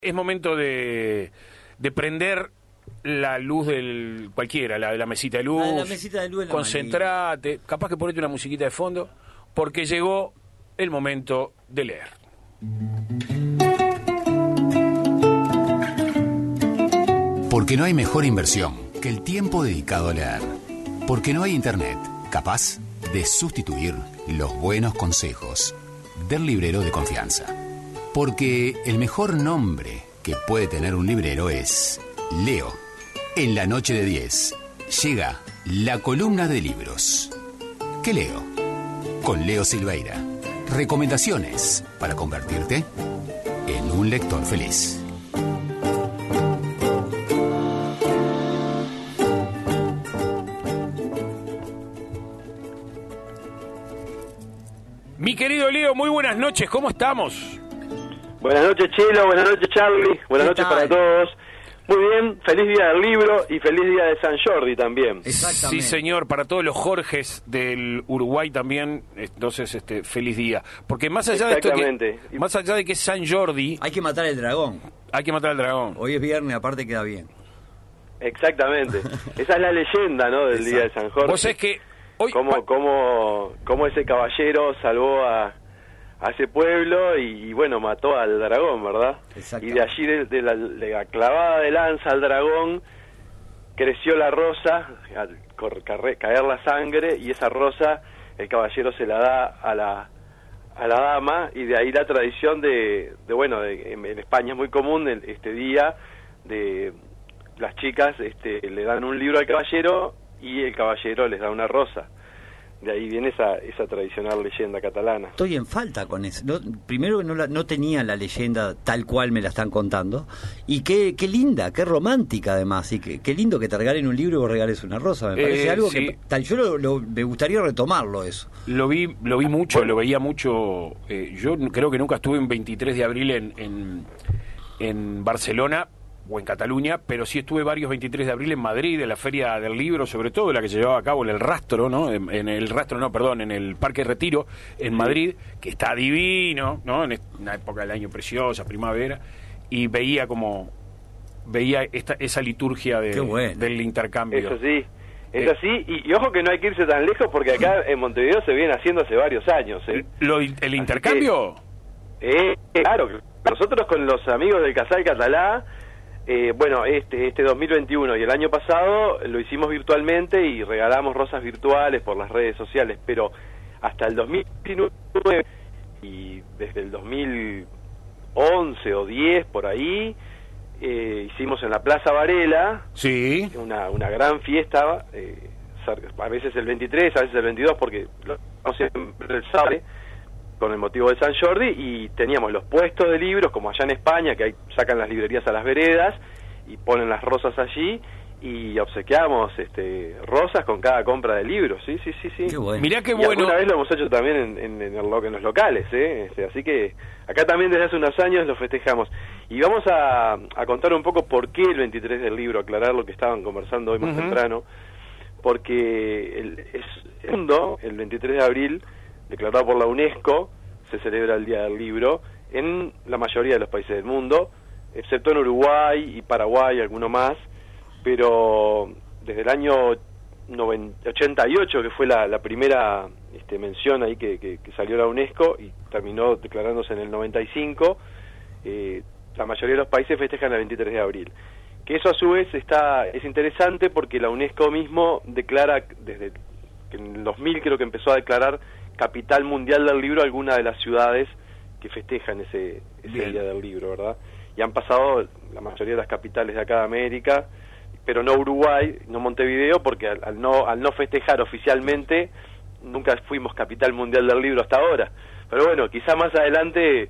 Es momento de prender la luz del cualquiera, la de la mesita de luz. La mesita de luz. Concentrate, capaz que ponete una musiquita de fondo, porque llegó el momento de leer. Porque no hay mejor inversión que el tiempo dedicado a leer. Porque no hay internet capaz de sustituir los buenos consejos del librero de confianza. Porque el mejor nombre que puede tener un librero es Leo. En la noche de 10 llega la columna de libros. ¿Qué leo? Con Leo Silveira. Recomendaciones para convertirte en un lector feliz. Mi querido Leo, muy buenas noches, ¿cómo estamos? Buenas noches, Chelo, buenas noches, Charlie, buenas noches para todos. Muy bien, feliz día del libro y feliz día de San Jordi también. Exactamente. Sí, señor, para todos los Jorges del Uruguay también, entonces feliz día. Porque más allá de esto más allá de que es San Jordi, hay que matar el dragón. Hay que matar al dragón. Hoy es viernes, aparte queda bien. Exactamente. Esa es la leyenda, ¿no?, del día de San Jordi. Vos sabés que hoy cómo ese caballero salvó a ese pueblo y bueno, mató al dragón, ¿verdad? Y de allí, de la clavada de lanza al dragón, creció la rosa, al caer la sangre, y esa rosa el caballero se la da a la dama, y de ahí la tradición en España es muy común este día, de las chicas le dan un libro al caballero y el caballero les da una rosa. De ahí viene esa tradicional leyenda catalana. Estoy en falta con eso. Primero que no tenía la leyenda tal cual me la están contando. Y qué linda, qué romántica además. Y qué lindo que te regalen un libro y vos regales una rosa. Me parece algo sí. que yo me gustaría retomarlo eso. Lo vi mucho, lo veía mucho. Yo creo que nunca estuve en 23 de abril en Barcelona o en Cataluña, pero sí estuve varios 23 de abril en Madrid, en la Feria del Libro, sobre todo la que se llevaba a cabo en el Rastro, ¿no? En el Parque Retiro, en Madrid, que está divino, ¿no? En una época del año preciosa, primavera, y veía esa liturgia del intercambio. Eso sí, es así, y ojo que no hay que irse tan lejos, porque acá en Montevideo se viene haciendo hace varios años. ¿El intercambio? Claro, nosotros con los amigos del Casal Catalá, este 2021 y el año pasado lo hicimos virtualmente y regalamos rosas virtuales por las redes sociales, pero hasta el 2019 y desde el 2011 o 10 por ahí hicimos en la Plaza Varela una gran fiesta, a veces el 23, a veces el 22, porque no siempre el sábado, con el motivo de San Jordi, y teníamos los puestos de libros, como allá en España, que sacan las librerías a las veredas y ponen las rosas allí, y obsequiamos rosas con cada compra de libros. Sí. Qué bueno. Mirá qué y bueno. Alguna vez lo hemos hecho también en los locales, así que acá también desde hace unos años lo festejamos. Y vamos a contar un poco por qué el 23 del libro, aclarar lo que estaban conversando hoy más temprano, porque el 23 de abril, declarado por la UNESCO, se celebra el Día del Libro en la mayoría de los países del mundo, excepto en Uruguay y Paraguay, alguno más, pero desde el año 88, que fue la primera mención ahí que salió la UNESCO y terminó declarándose en el 95, la mayoría de los países festejan el 23 de abril. Que eso a su vez es interesante porque la UNESCO mismo declara, desde en el 2000 creo que empezó a declarar capital mundial del libro alguna de las ciudades que festejan ese Día del Libro, ¿verdad? Y han pasado la mayoría de las capitales de acá de América, pero no Uruguay, no Montevideo, porque al no festejar oficialmente nunca fuimos capital mundial del libro hasta ahora. Pero bueno, quizá más adelante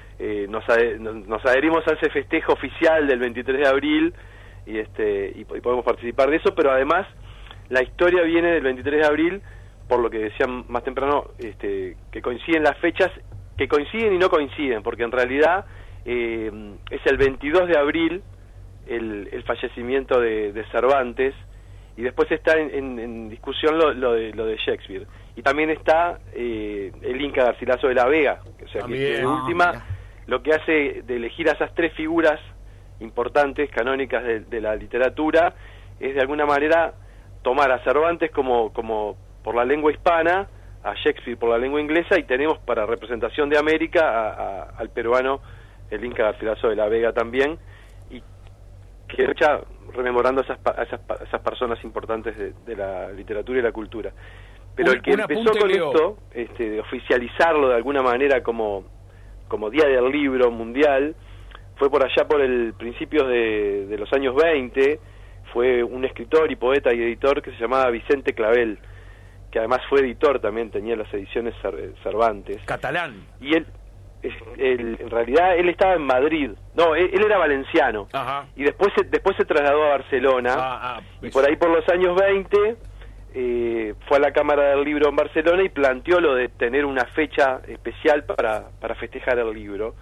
nos adherimos a ese festejo oficial del 23 de abril y podemos participar de eso, pero además la historia viene del 23 de abril, por lo que decían más temprano, que coinciden las fechas, que coinciden y no coinciden, porque en realidad es el 22 de abril el fallecimiento de Cervantes, y después está en discusión lo de Shakespeare, y también está el Inca Garcilaso de la Vega, o sea, que de última lo que hace de elegir a esas tres figuras importantes, canónicas de la literatura, es de alguna manera tomar a Cervantes como por la lengua hispana, a Shakespeare por la lengua inglesa, y tenemos para representación de América al peruano, el Inca Garcilaso de la Vega también, y que está rememorando a esas personas importantes de la literatura y la cultura. Pero el que empezó con esto, de oficializarlo de alguna manera como Día del Libro Mundial, fue por allá por el principios de los años 20, fue un escritor y poeta y editor que se llamaba Vicente Clavel, que además fue editor también, tenía las ediciones Cervantes. Catalán. Y él en realidad él estaba en Madrid, no, él era valenciano. Ajá. Y después se trasladó a Barcelona, y por ahí por los años 20 fue a la Cámara del Libro en Barcelona y planteó lo de tener una fecha especial para festejar el libro.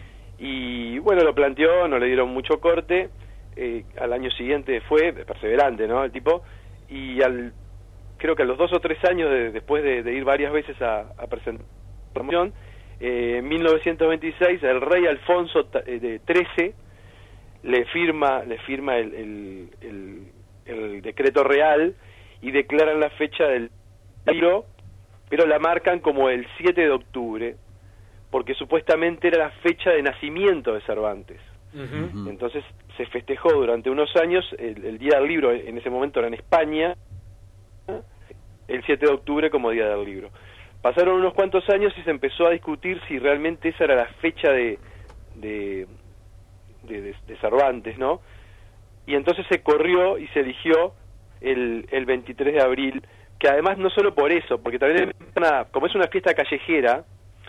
Y bueno, lo planteó, no le dieron mucho corte, al año siguiente fue perseverante, ¿no? El tipo, y creo que a los 2 o 3 años después de ir varias veces a presentar la promoción, en 1926 el rey Alfonso XIII le firma el decreto real y declaran la fecha del libro, pero la marcan como el 7 de octubre, porque supuestamente era la fecha de nacimiento de Cervantes. Uh-huh. Entonces se festejó durante unos años el Día del Libro, en ese momento era en España, el 7 de octubre como Día del Libro. Pasaron unos cuantos años y se empezó a discutir si realmente esa era la fecha de Cervantes, ¿no? Y entonces se corrió y se eligió el 23 de abril, que además no solo por eso, porque también como es una fiesta callejera,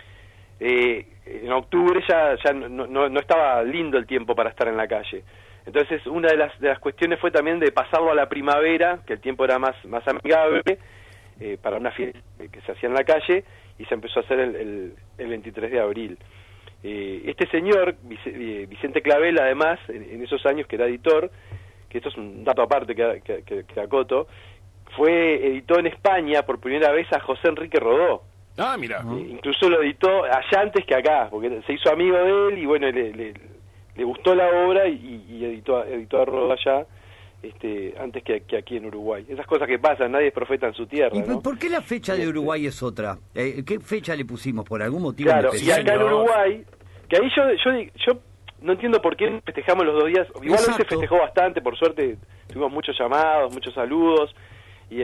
en octubre ya no estaba lindo el tiempo para estar en la calle. Entonces una de las cuestiones fue también de pasarlo a la primavera, que el tiempo era más amigable, para una fiesta que se hacía en la calle, y se empezó a hacer el 23 de abril. Este señor, Vicente Clavel, además, en esos años que era editor, que esto es un dato aparte que acoto, editó en España por primera vez a José Enrique Rodó. Ah, mira. Incluso lo editó allá antes que acá, porque se hizo amigo de él y bueno, le gustó la obra y editó a Rodó allá, antes que aquí en Uruguay. Esas cosas que pasan, nadie es profeta en su tierra, ¿no? ¿Y por qué la fecha de Uruguay es otra? ¿Qué fecha le pusimos? ¿Por algún motivo claro, especial? Y acá en Uruguay, que ahí yo no entiendo por qué festejamos los 2 días. Igual hoy se festejó bastante, por suerte tuvimos muchos llamados, muchos saludos, y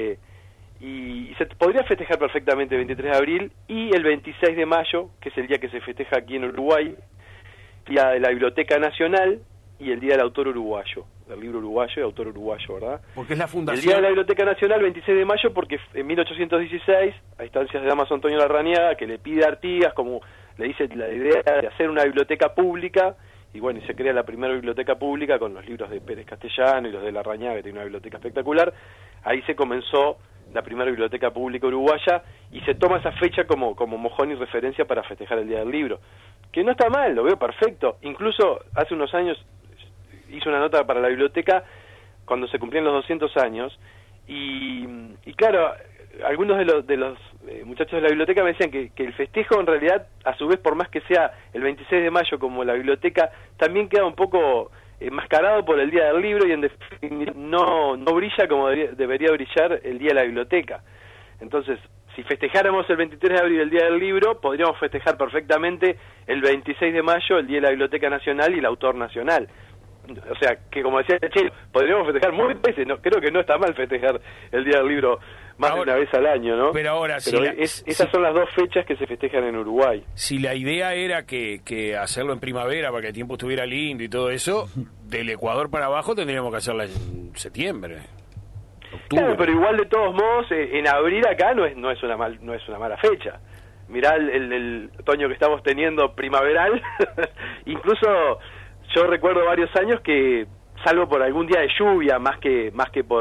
se podría festejar perfectamente el 23 de abril y el 26 de mayo, que es el día que se festeja aquí en Uruguay, día de la Biblioteca Nacional y el Día del Autor Uruguayo, del libro uruguayo y autor uruguayo, ¿verdad? Porque es la fundación. El Día de la Biblioteca Nacional, 26 de mayo, porque en 1816, a instancias de Damaso Antonio Larrañaga, que le pide a Artigas, como le dice la idea de hacer una biblioteca pública, y bueno, y se crea la primera biblioteca pública con los libros de Pérez Castellano y los de Larrañaga, que tiene una biblioteca espectacular. Ahí se comenzó la primera biblioteca pública uruguaya, y se toma esa fecha como mojón y referencia para festejar el Día del Libro, que no está mal, lo veo perfecto. Incluso hace unos años hice una nota para la biblioteca cuando se cumplían los 200 años, y claro, algunos de los muchachos de la biblioteca me decían que el festejo en realidad, a su vez, por más que sea el 26 de mayo como la biblioteca, también queda un poco enmascarado por el Día del Libro, y en definitiva no brilla como debería brillar el Día de la Biblioteca. Entonces, si festejáramos el 23 de abril el Día del Libro, podríamos festejar perfectamente el 26 de mayo el Día de la Biblioteca Nacional y el Autor Nacional. O sea, que como decía Chelo, podríamos festejar muchas veces, creo que no está mal festejar el Día del Libro más de una vez al año, ¿no? Pero ahora esas son las 2 fechas que se festejan en Uruguay. Si la idea era que hacerlo en primavera para que el tiempo estuviera lindo y todo eso, del Ecuador para abajo tendríamos que hacerla en septiembre, octubre. Claro, pero igual de todos modos, en abril acá no es una mala fecha. Mirá el otoño que estamos teniendo primaveral, incluso yo recuerdo varios años que, salvo por algún día de lluvia, más que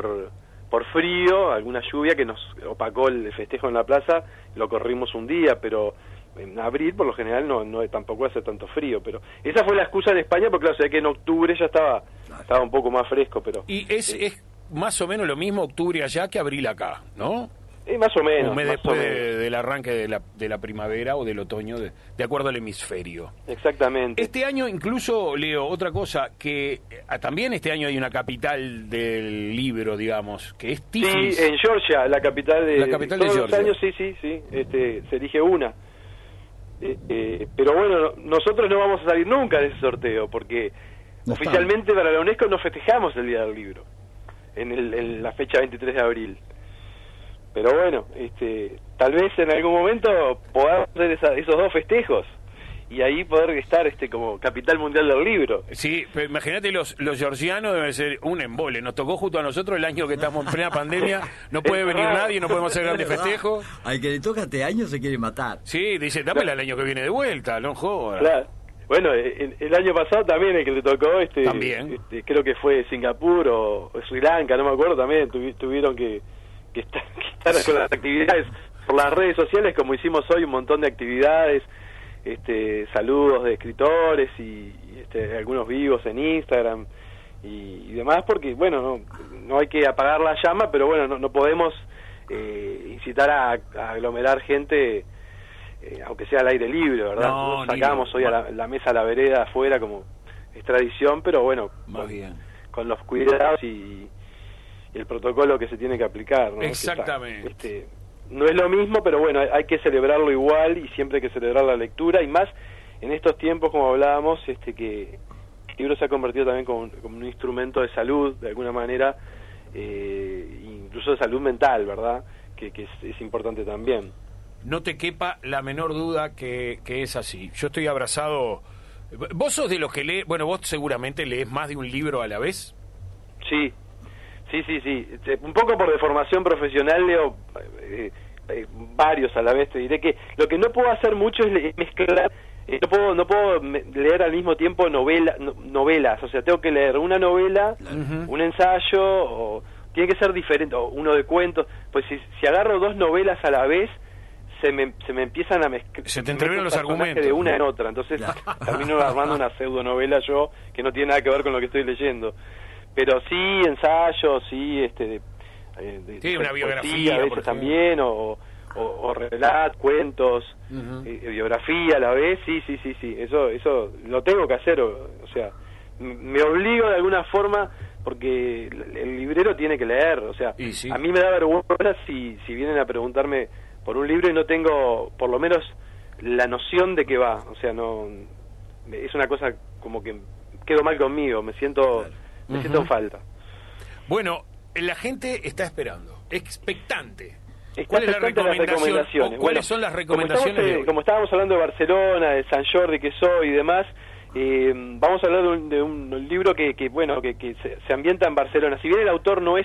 por frío, alguna lluvia que nos opacó el festejo en la plaza, lo corrimos un día, pero en abril por lo general no tampoco hace tanto frío, pero esa fue la excusa en España, porque claro, se ve que en octubre ya estaba un poco más fresco, pero... Y es más o menos lo mismo octubre allá que abril acá, ¿no? Más o menos. Un mes más después o menos. del arranque de la primavera o del otoño, de acuerdo al hemisferio. Exactamente. Este año incluso, Leo, otra cosa, que también este año hay una capital del libro, digamos, que es Tiflis. Sí, en Georgia, la capital de... La capital de todos Georgia. los años, sí, se elige una. Pero bueno, nosotros no vamos a salir nunca de ese sorteo, porque No oficialmente para la UNESCO no festejamos el Día del Libro, en la fecha 23 de abril. Pero bueno, tal vez en algún momento podamos hacer esos dos festejos y ahí poder estar como capital mundial del libro. Sí, pero imagínate, los georgianos deben ser un embole. Nos tocó justo a nosotros el año que estamos en plena pandemia, no puede venir nadie, no podemos hacer grandes festejos. Al que le toca este año se quiere matar. Sí, dice, dámela el año que viene de vuelta, no jodas. Claro. Bueno, el año pasado también el que le tocó, También. creo que fue Singapur o Sri Lanka, no me acuerdo, también tuvieron que estar con las actividades por las redes sociales, como hicimos hoy, un montón de actividades, saludos de escritores y algunos vivos en Instagram y demás, porque bueno, no hay que apagar la llama, pero bueno, no podemos incitar a aglomerar gente, aunque sea al aire libre, ¿verdad? No, Sacamos hoy a la mesa a la vereda afuera, como es tradición, pero bueno, Más bien. con los cuidados y el protocolo que se tiene que aplicar, ¿no? Exactamente. No es lo mismo, pero bueno, hay que celebrarlo igual y siempre hay que celebrar la lectura, y más en estos tiempos, como hablábamos, que el libro se ha convertido también como un instrumento de salud, de alguna manera, incluso de salud mental, ¿verdad? Que es importante también. No te quepa la menor duda que es así. Yo estoy abrazado. ¿Vos sos de los que lee? Bueno, vos seguramente lees más de un libro a la vez. Sí. Un poco por deformación profesional leo varios a la vez. Te diré que lo que no puedo hacer mucho es mezclar. No puedo leer al mismo tiempo novelas. O sea, tengo que leer una novela, un ensayo, o tiene que ser diferente, o uno de cuentos. Pues si agarro dos novelas a la vez, se me empiezan a mezclar. Se te entreveran los argumentos. De una en otra. Entonces termino armando una pseudonovela yo que no tiene nada que ver con lo que estoy leyendo. Pero sí, ensayos, sí, sí, una biografía, poesía, a veces también, o relatos, cuentos, biografía a la vez, sí, eso lo tengo que hacer, o sea, me obligo de alguna forma, porque el librero tiene que leer, o sea, sí. A mí me da vergüenza si vienen a preguntarme por un libro y no tengo, por lo menos, la noción de qué va, o sea, no, es una cosa como que quedo mal conmigo, me siento en falta. Bueno, la gente está esperando, expectante. ¿Cuál es la recomendación? ¿Cuáles son las recomendaciones? Como estábamos hablando de Barcelona, de San Jordi, que soy y demás, vamos a hablar de un libro que se ambienta en Barcelona. Si bien el autor no es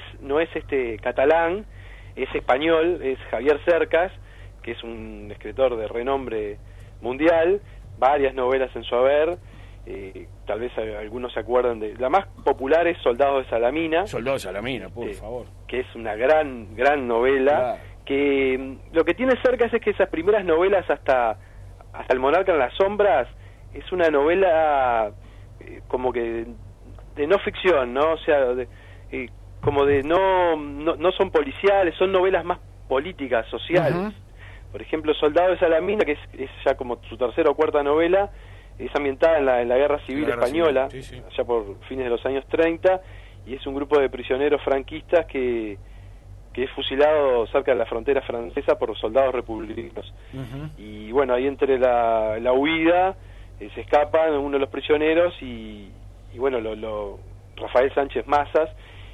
catalán, es español, es Javier Cercas, que es un escritor de renombre mundial, varias novelas en su haber. Tal vez algunos se acuerdan de la más popular es Soldados de Salamina, por favor, que es una gran novela, claro. Que lo que tiene Cercas es que esas primeras novelas hasta El monarca en las sombras es una novela como que de no ficción, ¿no? O sea, como de no son policiales, son novelas más políticas, sociales. Por ejemplo, Soldado de Salamina, que es ya como su tercera o cuarta novela, es ambientada en la Guerra Civil Española, sí. Allá por fines de los años 30, y es un grupo de prisioneros franquistas que es fusilado cerca de la frontera francesa por soldados republicanos. Y bueno, ahí entre la huida se escapan uno de los prisioneros y bueno, Rafael Sánchez Mazas,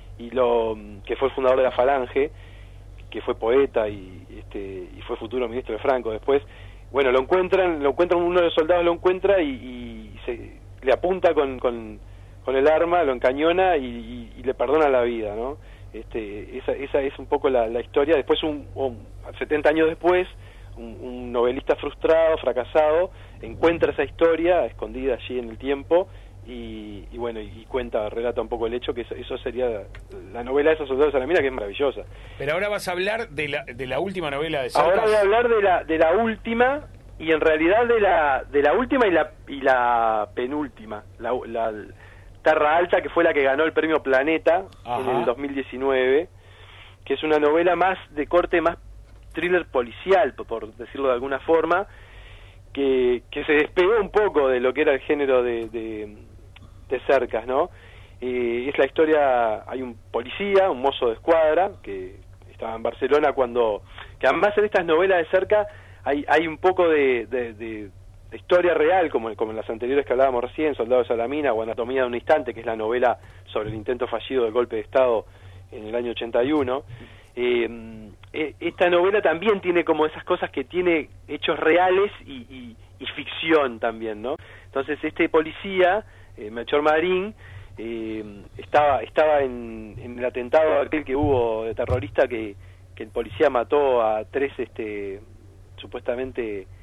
que fue el fundador de la Falange, que fue poeta y fue futuro ministro de Franco después. Bueno, lo encuentran, uno de los soldados lo encuentra y le apunta con el arma, lo encañona y le perdona la vida, ¿no? Esa es un poco la historia. Después, 70 años después, un novelista frustrado, fracasado, encuentra esa historia escondida allí en el tiempo y bueno, y relata un poco el hecho, que eso sería la novela de esos Soldados de Salamina, que es maravillosa. Pero ahora vas a hablar de la última novela de Cercas. Ahora voy a hablar de la última, y en realidad de la última y la penúltima, la Terra Alta, que fue la que ganó el premio Planeta en el 2019, que es una novela más de corte más thriller policial, por decirlo de alguna forma, que se despegó un poco de lo que era el género de Cercas, ¿no? Es la historia, hay un policía, un mozo de escuadra, que estaba en Barcelona que además en estas novelas de Cerca hay un poco de historia real, como en las anteriores que hablábamos recién, Soldado de Salamina o Anatomía de un Instante, que es la novela sobre el intento fallido del golpe de Estado en el año 81. Esta novela también tiene como esas cosas que tiene hechos reales y ficción también, ¿no? Entonces este policía, Melchor Marín, estaba en el atentado aquel que hubo de terrorista, que el policía mató a 3 supuestamente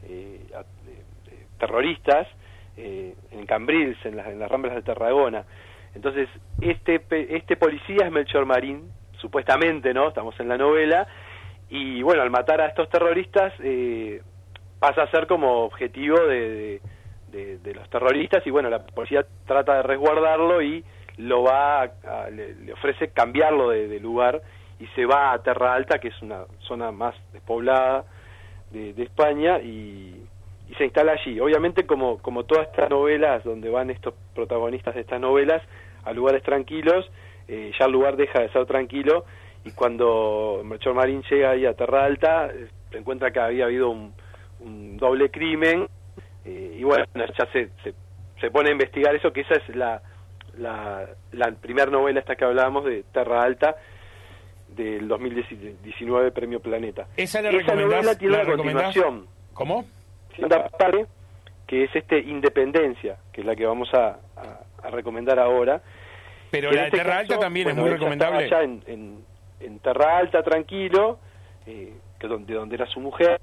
terroristas en Cambrils, en las Ramblas de Tarragona. Entonces este policía es Melchor Marín, supuestamente, ¿no? Estamos en la novela, y bueno, al matar a estos terroristas pasa a ser como objetivo de los terroristas, y bueno, la policía trata de resguardarlo y le ofrece cambiarlo de lugar, y se va a Terra Alta, que es una zona más despoblada de España, y se instala allí. Obviamente, como todas estas novelas donde van estos protagonistas de estas novelas a lugares tranquilos, ya el lugar deja de ser tranquilo, y cuando Melchor Marín llega ahí a Terra Alta, se encuentra que había habido un doble crimen, y bueno, ya se pone a investigar eso, que esa es la primera novela esta que hablábamos, de Terra Alta, del 2019, Premio Planeta. Esa novela tiene una continuación. ¿Cómo? Segunda parte, que es Independencia, que es la que vamos a recomendar ahora. Pero la de Terra Alta también es muy recomendable. Allá en Terra Alta, tranquilo, que donde era su mujer,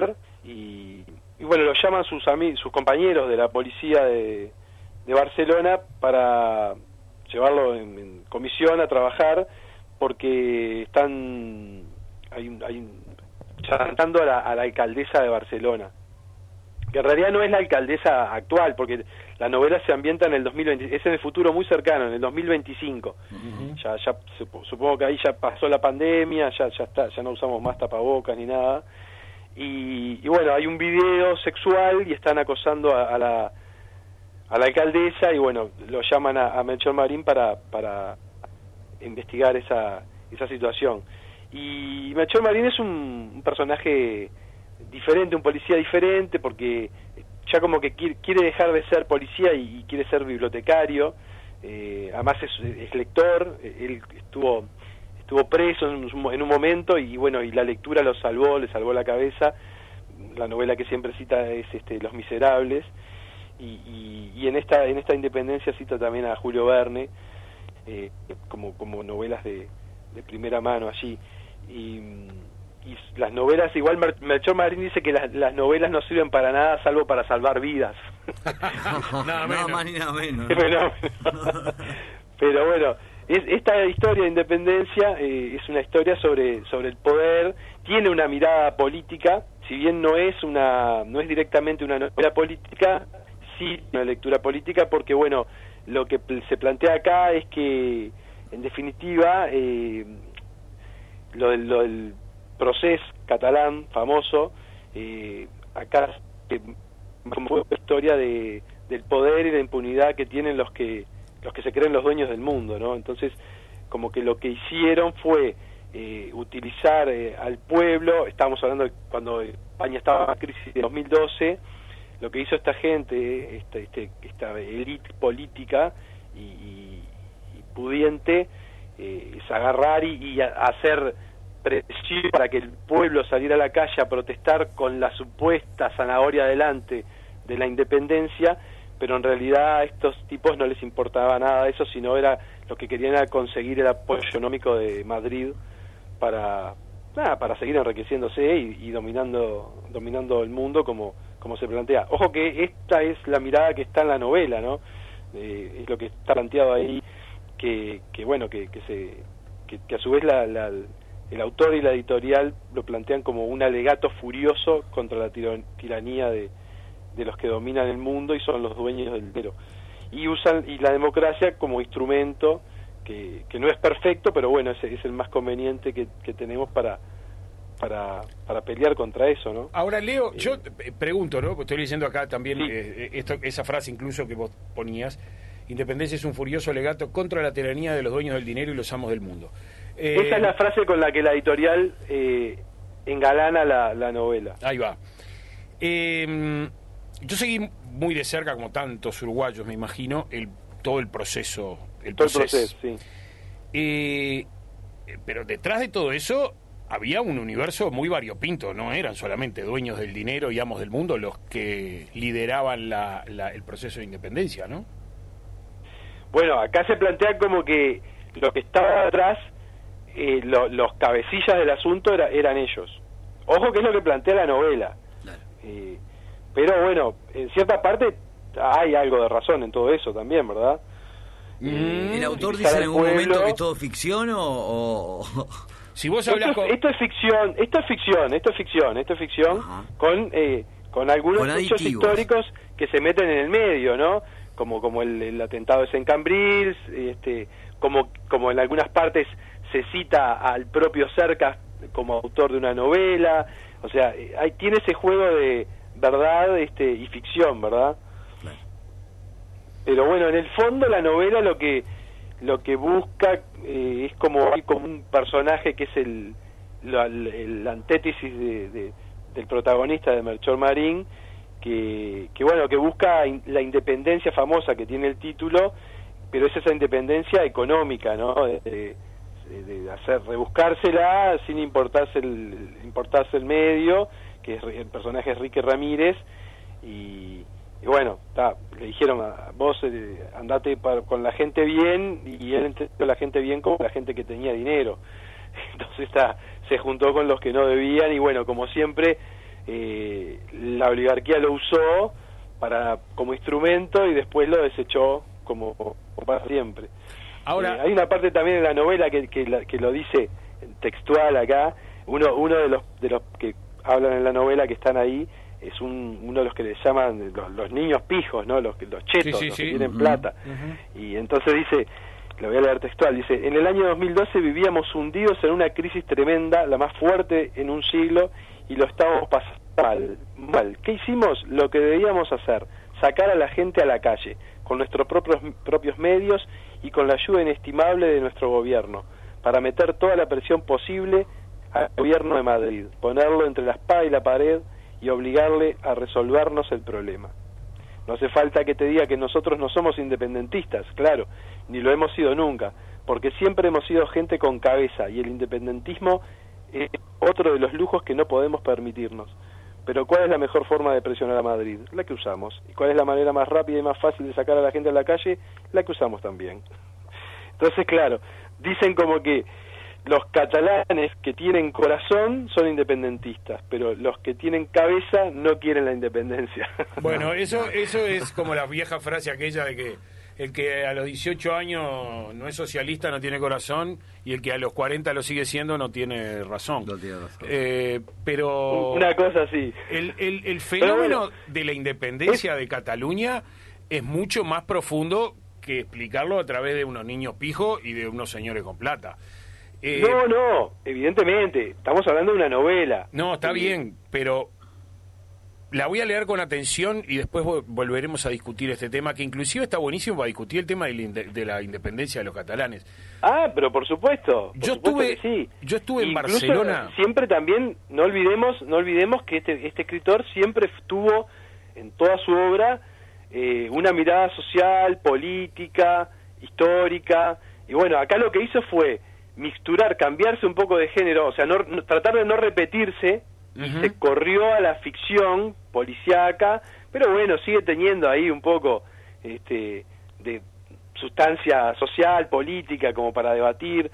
y bueno, lo llaman sus compañeros de la policía de Barcelona para llevarlo en comisión a trabajar, porque están chantando a la alcaldesa de Barcelona, que en realidad no es la alcaldesa actual, porque la novela se ambienta en el 2020, es en el futuro muy cercano, en el 2025. Ya supongo que ahí ya pasó la pandemia, ya está, ya no usamos más tapabocas ni nada, y bueno, hay un video sexual y están acosando a la alcaldesa, y bueno, lo llaman a Melchor Marín para investigar esa situación. Y Melchor Marín es un personaje diferente, un policía diferente, porque ya como que quiere dejar de ser policía y quiere ser bibliotecario. Además es lector, él estuvo preso en un momento, y bueno, y la lectura le salvó la cabeza. La novela que siempre cita es Los Miserables, y en esta Independencia cita también a Julio Verne, como novelas de primera mano allí. Y las novelas, igual Melchor Marín dice que las novelas no sirven para nada salvo para salvar vidas. Nada más ni nada menos. Pero bueno, esta historia de Independencia es una historia sobre el poder, tiene una mirada política, si bien no es directamente una novela política, sí una lectura política, porque bueno, lo que se plantea acá es que, en definitiva, lo del procés catalán famoso, acá como historia del poder y la impunidad que tienen los que se creen los dueños del mundo, ¿no? Entonces, como que lo que hicieron fue utilizar al pueblo. Estábamos hablando de cuando España estaba en crisis de 2012, lo que hizo esta gente, esta élite política y pudiente, es agarrar y hacer presión para que el pueblo saliera a la calle a protestar con la supuesta zanahoria delante de la independencia, pero en realidad a estos tipos no les importaba nada de eso, sino era lo que querían era conseguir el apoyo económico de Madrid para seguir enriqueciéndose y dominando el mundo como se plantea. Ojo que esta es la mirada que está en la novela, ¿no? Es lo que está planteado ahí, que a su vez el autor y la editorial lo plantean como un alegato furioso contra la tiranía de los que dominan el mundo y son los dueños del dinero, y usan la democracia como instrumento que no es perfecto, pero bueno, es el más conveniente que tenemos para para pelear contra eso, ¿no? Ahora, Leo, yo pregunto, ¿no? Estoy leyendo acá también esa frase incluso que vos ponías: independencia es un furioso alegato contra la tiranía de los dueños del dinero y los amos del mundo. Esa es la frase con la que la editorial engalana la novela. Ahí va. Yo seguí muy de cerca, como tantos uruguayos, me imagino, todo el proceso. Todo el proceso, sí. Pero detrás de todo eso había un universo muy variopinto, no eran solamente dueños del dinero y amos del mundo los que lideraban el proceso de independencia, ¿no? Bueno, acá se plantea como que lo que estaba atrás, los cabecillas del asunto eran ellos. Ojo que es lo que plantea la novela. Claro. Pero bueno, en cierta parte hay algo de razón en todo eso también, ¿verdad? ¿El autor dice en algún momento que es todo ficción o...? Si vos hablas esto es ficción, ajá, con algunos hechos históricos que se meten en el medio, ¿no? Como el atentado de San Cambrils, como en algunas partes se cita al propio Cercas como autor de una novela, o sea, tiene ese juego de verdad y ficción, ¿verdad? Claro. Pero bueno, en el fondo la novela lo que busca es como un personaje que es el antítesis del protagonista de Melchor Marín, que busca la independencia famosa que tiene el título, pero es esa independencia económica, ¿no? De rebuscársela sin importarse el medio, que el personaje es Enrique Ramírez, y bueno, le dijeron vos andate con la gente bien, y él entendió la gente bien como la gente que tenía dinero. Entonces se juntó con los que no debían, y bueno, como siempre, la oligarquía lo usó como instrumento y después lo desechó como para siempre. Ahora hay una parte también en la novela que lo dice textual acá. Uno de los que hablan en la novela que están ahí es uno de los que le llaman los niños pijos, ¿no? Los chetos, los que tienen plata. Y entonces dice, lo voy a leer textual, dice: en el año 2012 vivíamos hundidos en una crisis tremenda, la más fuerte en un siglo, y lo estábamos pasando mal. ¿Qué hicimos? Lo que debíamos hacer: sacar a la gente a la calle, con nuestros propios medios y con la ayuda inestimable de nuestro gobierno, para meter toda la presión posible al gobierno de Madrid, ponerlo entre la espada y la pared y obligarle a resolvernos el problema. No hace falta que te diga que nosotros no somos independentistas, claro, ni lo hemos sido nunca, porque siempre hemos sido gente con cabeza, y el independentismo es otro de los lujos que no podemos permitirnos. Pero ¿cuál es la mejor forma de presionar a Madrid? La que usamos. ¿Y cuál es la manera más rápida y más fácil de sacar a la gente a la calle? La que usamos también. Entonces, claro, dicen como que los catalanes que tienen corazón son independentistas, pero los que tienen cabeza no quieren la independencia. Bueno, eso es como la vieja frase aquella de que el que a los 18 años no es socialista no tiene corazón, y el que a los 40 lo sigue siendo no tiene razón. No tiene razón. Pero una cosa así. El fenómeno de la independencia de Cataluña es mucho más profundo que explicarlo a través de unos niños pijos y de unos señores con plata. No, evidentemente, estamos hablando de una novela. No, está bien, pero la voy a leer con atención y después volveremos a discutir este tema, que inclusive está buenísimo para discutir el tema de la independencia de los catalanes. Pero por supuesto. Yo estuve en Barcelona. Siempre también, no olvidemos que este escritor siempre tuvo en toda su obra una mirada social, política, histórica, y bueno, acá lo que hizo fue cambiarse un poco de género, o sea, tratar de no repetirse, y se corrió a la ficción policíaca, pero bueno, sigue teniendo ahí un poco de sustancia social, política, como para debatir.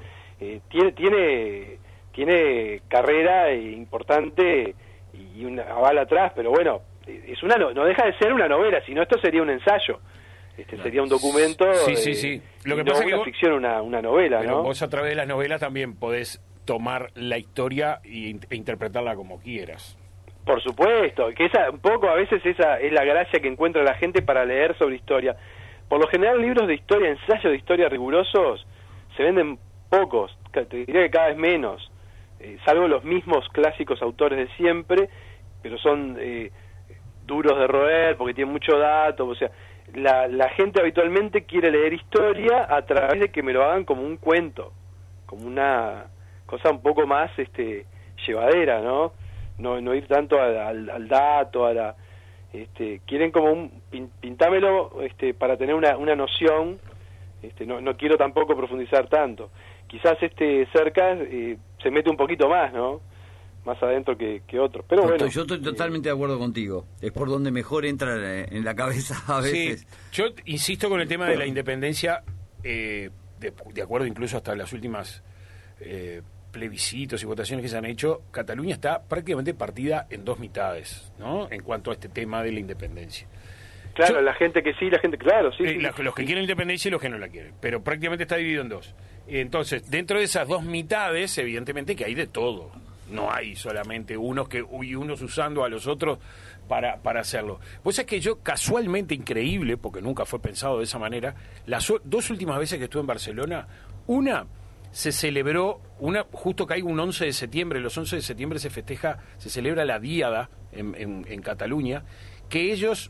Tiene carrera importante y una aval atrás, pero bueno, no deja de ser una novela, sino esto sería un ensayo. Sería un documento, sí. Lo que pasa es que una ficción, una novela, pero ¿no? Vos a través de las novelas también podés tomar la historia e interpretarla como quieras. Por supuesto, que un poco a veces esa es la gracia que encuentra la gente para leer sobre historia. Por lo general, libros de historia, ensayos de historia rigurosos, se venden pocos, te diría que cada vez menos. salvo los mismos clásicos autores de siempre, pero son duros de roer porque tienen mucho dato, o sea, la gente habitualmente quiere leer historia a través de que me lo hagan como un cuento, como una cosa un poco más llevadera, ¿no? No ir tanto al dato, a la quieren como pintámelo para tener una noción, no quiero tampoco profundizar tanto. Quizás Cercas se mete un poquito más, ¿no? Más adentro que otro. Pero bueno, yo estoy totalmente de acuerdo contigo. Es por donde mejor entra en la cabeza a veces. Sí, yo insisto con el tema de la independencia, de acuerdo incluso hasta las últimas plebiscitos y votaciones que se han hecho. Cataluña está prácticamente partida en dos mitades, ¿no? En cuanto a este tema de la independencia. Claro, la gente que sí, la gente, claro, sí. Los que quieren independencia y los que no la quieren, pero prácticamente está dividido en dos. Entonces, dentro de esas dos mitades, evidentemente que hay de todo. No hay solamente unos usando a los otros para hacerlo. Pues es que yo, casualmente, increíble, porque nunca fue pensado de esa manera, las dos últimas veces que estuve en Barcelona, una se celebró, justo que hay un 11 de septiembre, los 11 de septiembre se celebra la Díada en Cataluña, que ellos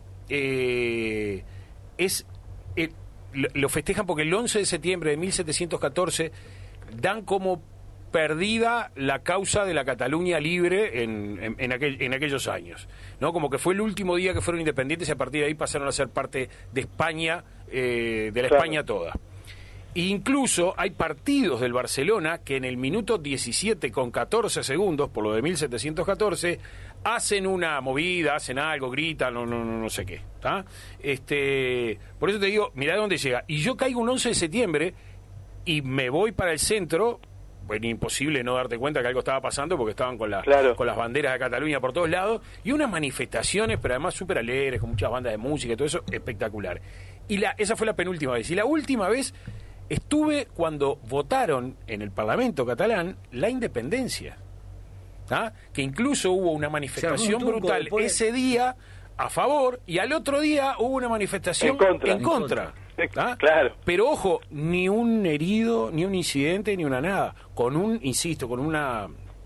lo festejan porque el 11 de septiembre de 1714 dan como perdida la causa de la Cataluña libre en aquellos años, ¿no? Como que fue el último día que fueron independientes y a partir de ahí pasaron a ser parte de España, de la España toda. E incluso hay partidos del Barcelona que en el minuto 17 con 14 segundos, por lo de 1714, hacen una movida, hacen algo, gritan, no sé qué, ¿está? Por eso te digo, mirá dónde llega. Y yo caigo un 11 de septiembre y me voy para el centro. Bueno, imposible no darte cuenta que algo estaba pasando porque estaban con las banderas de Cataluña por todos lados y unas manifestaciones, pero además súper alegres, con muchas bandas de música y todo eso, espectacular. Y esa fue la penúltima vez. Y la última vez estuve cuando votaron en el Parlamento catalán la independencia, ¿ah? Que incluso hubo una manifestación brutal ese día a favor y al otro día hubo una manifestación en contra. ¿Ah? Claro. Pero ojo, ni un herido, ni un incidente, ni una nada. Con una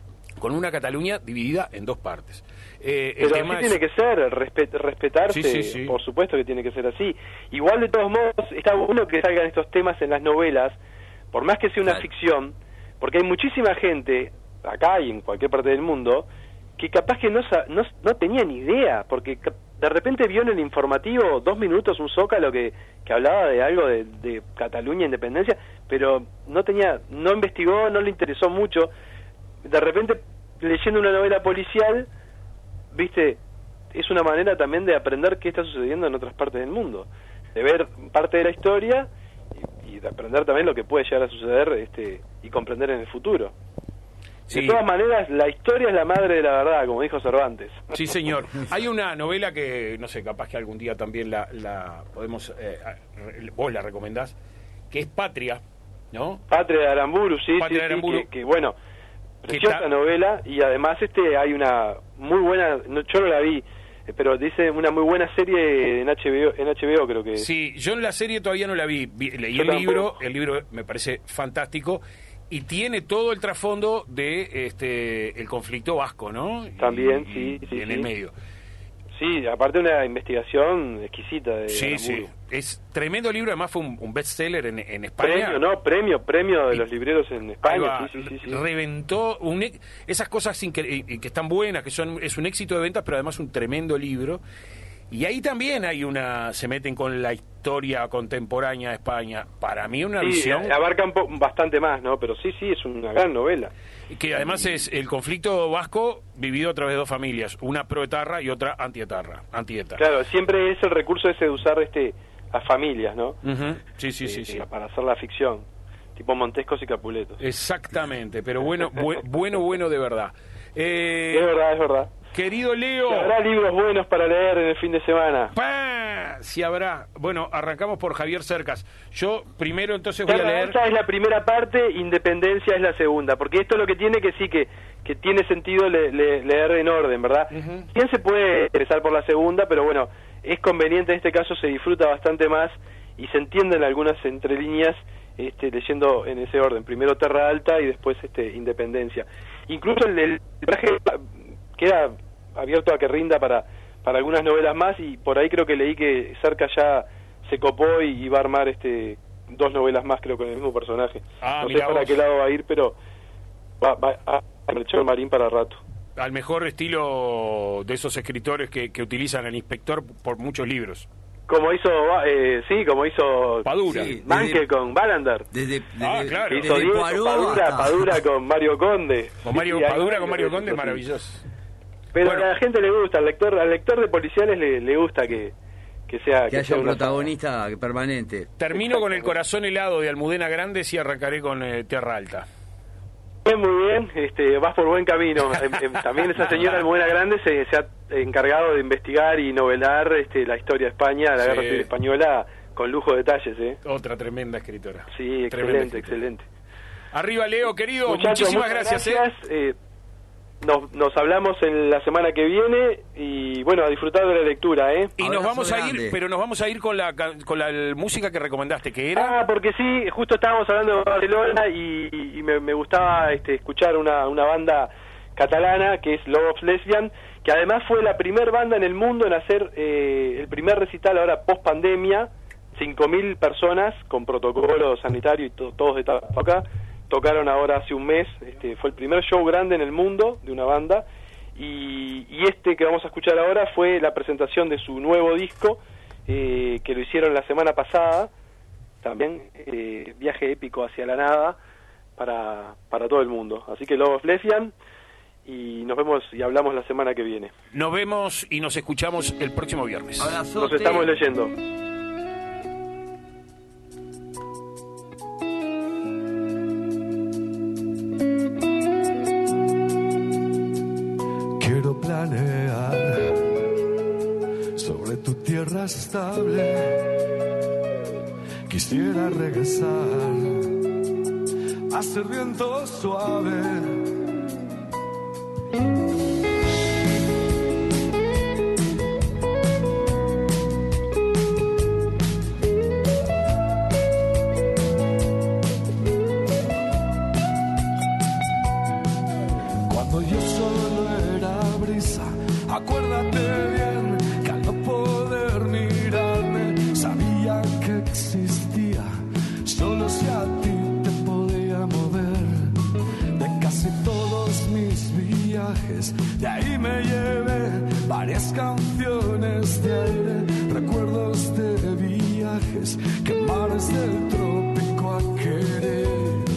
Cataluña dividida en dos partes. Pero así tiene que ser, respetarse, sí. Por supuesto que tiene que ser así. Igual de todos modos, está bueno que salgan estos temas en las novelas, por más que sea una ficción, porque hay muchísima gente, acá y en cualquier parte del mundo, que capaz que no tenía ni idea, porque de repente vio en el informativo 2 minutos un Zócalo que hablaba de algo de Cataluña, independencia, pero no investigó, no le interesó mucho. De repente, leyendo una novela policial, viste, es una manera también de aprender qué está sucediendo en otras partes del mundo, de ver parte de la historia y de aprender también lo que puede llegar a suceder y comprender en el futuro. Sí. De todas maneras, la historia es la madre de la verdad, como dijo Cervantes. Sí, señor. Hay una novela que, no sé, capaz que algún día también la podemos, vos la recomendás, que es Patria, ¿no? Patria de Aramburu, sí, Patria de Aramburu. Que bueno, preciosa novela, y además hay una muy buena, yo no la vi, pero dice una muy buena serie en HBO creo que. Sí, yo en la serie todavía no la vi, leí el libro me parece fantástico. Y tiene todo el trasfondo de el conflicto vasco, ¿no? También, sí. En el medio. Sí, aparte una investigación exquisita de Sí. Es tremendo libro, además fue un bestseller en España. Premio de los libreros en España. Sí. Reventó esas cosas que están buenas, es un éxito de ventas, pero además un tremendo libro. Y ahí también se meten con la historia contemporánea de España. Para mí una visión... abarca bastante más, ¿no? Pero sí, es una gran novela. Que además es el conflicto vasco vivido a través de dos familias, una proetarra y otra antieta. Claro, siempre es el recurso ese de usar las familias, ¿no? Uh-huh. Sí. Para hacer la ficción, tipo Montescos y Capuletos. Exactamente, pero bueno de verdad. Es verdad. Querido Leo. ¿Habrá libros buenos para leer en el fin de semana? Sí habrá. Bueno, arrancamos por Javier Cercas. Yo primero entonces voy a leer... Esa es la primera parte, Independencia es la segunda, porque esto es lo que tiene que tiene sentido leer en orden, ¿verdad? Uh-huh. Bien se puede interesar por la segunda, pero bueno, es conveniente en este caso, se disfruta bastante más y se entienden algunas entrelíneas leyendo en ese orden, primero Terra Alta y después Independencia. Incluso el traje queda abierto a que rinda para algunas novelas más, y por ahí creo que leí que Cerca ya se copó y va a armar 2 novelas más, creo, con el mismo personaje. No sé para qué lado va a ir, pero va a echar Marín para rato. Al mejor estilo de esos escritores que utilizan al inspector por muchos libros. Como hizo Padura, Manque con Ballander. Claro. Hizo Diego Padura con Mario Conde. Padura con Mario Conde, maravilloso. Pero a la gente le gusta, al lector de policiales le gusta que haya un protagonista permanente. Termino con El corazón helado de Almudena Grandes y arrancaré con Tierra Alta. Muy bien, vas por buen camino. También esa señora Almudena Grandes se ha encargado de investigar y novelar la historia de España, la Guerra Civil Española, con lujo de detalles. Otra tremenda escritora. Sí, excelente. Arriba, Leo, querido. Muchachos, muchísimas gracias. Nos hablamos en la semana que viene y bueno, a disfrutar de la lectura, Y nos vamos a ir, pero nos vamos a ir con la música que recomendaste, que era... porque sí, justo estábamos hablando de Barcelona y me gustaba escuchar una banda catalana que es Love of Lesbian, que además fue la primer banda en el mundo en hacer el primer recital ahora post pandemia, 5.000 personas con protocolo sanitario y todos de acá. Tocaron ahora hace un mes, fue el primer show grande en el mundo de una banda, y que vamos a escuchar ahora fue la presentación de su nuevo disco, que lo hicieron la semana pasada, también viaje épico hacia la nada para todo el mundo. Así que Love of Lesbian, y nos vemos y hablamos la semana que viene. Nos vemos y nos escuchamos el próximo viernes. Nos estamos leyendo. Planear sobre tu tierra estable, quisiera regresar a ser viento suave. Cuando yo solo era brisa, acuérdate bien que al no poder mirarme sabía que existía, solo si a ti te podía mover. De casi todos mis viajes, de ahí me llevé varias canciones de aire, recuerdos de viajes que mares del trópico a querer.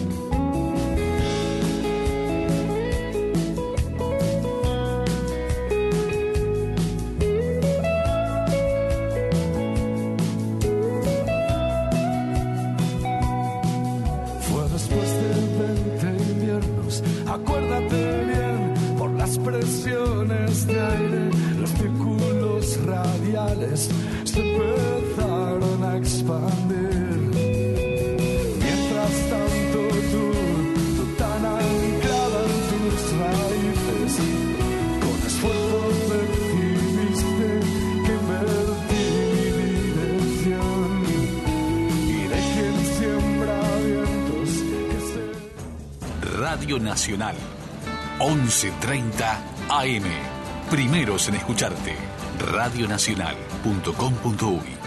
Acuérdate bien, por las presiones de aire, los círculos radiales se empezaron a expandir. Mientras tanto tú tan anclada en tus raíces, con esfuerzo percibiste que invertí mi dirección, y de quien siembra vientos que se... Radio Nacional, 11:30 AM. Primeros en escucharte. Radionacional.com.uy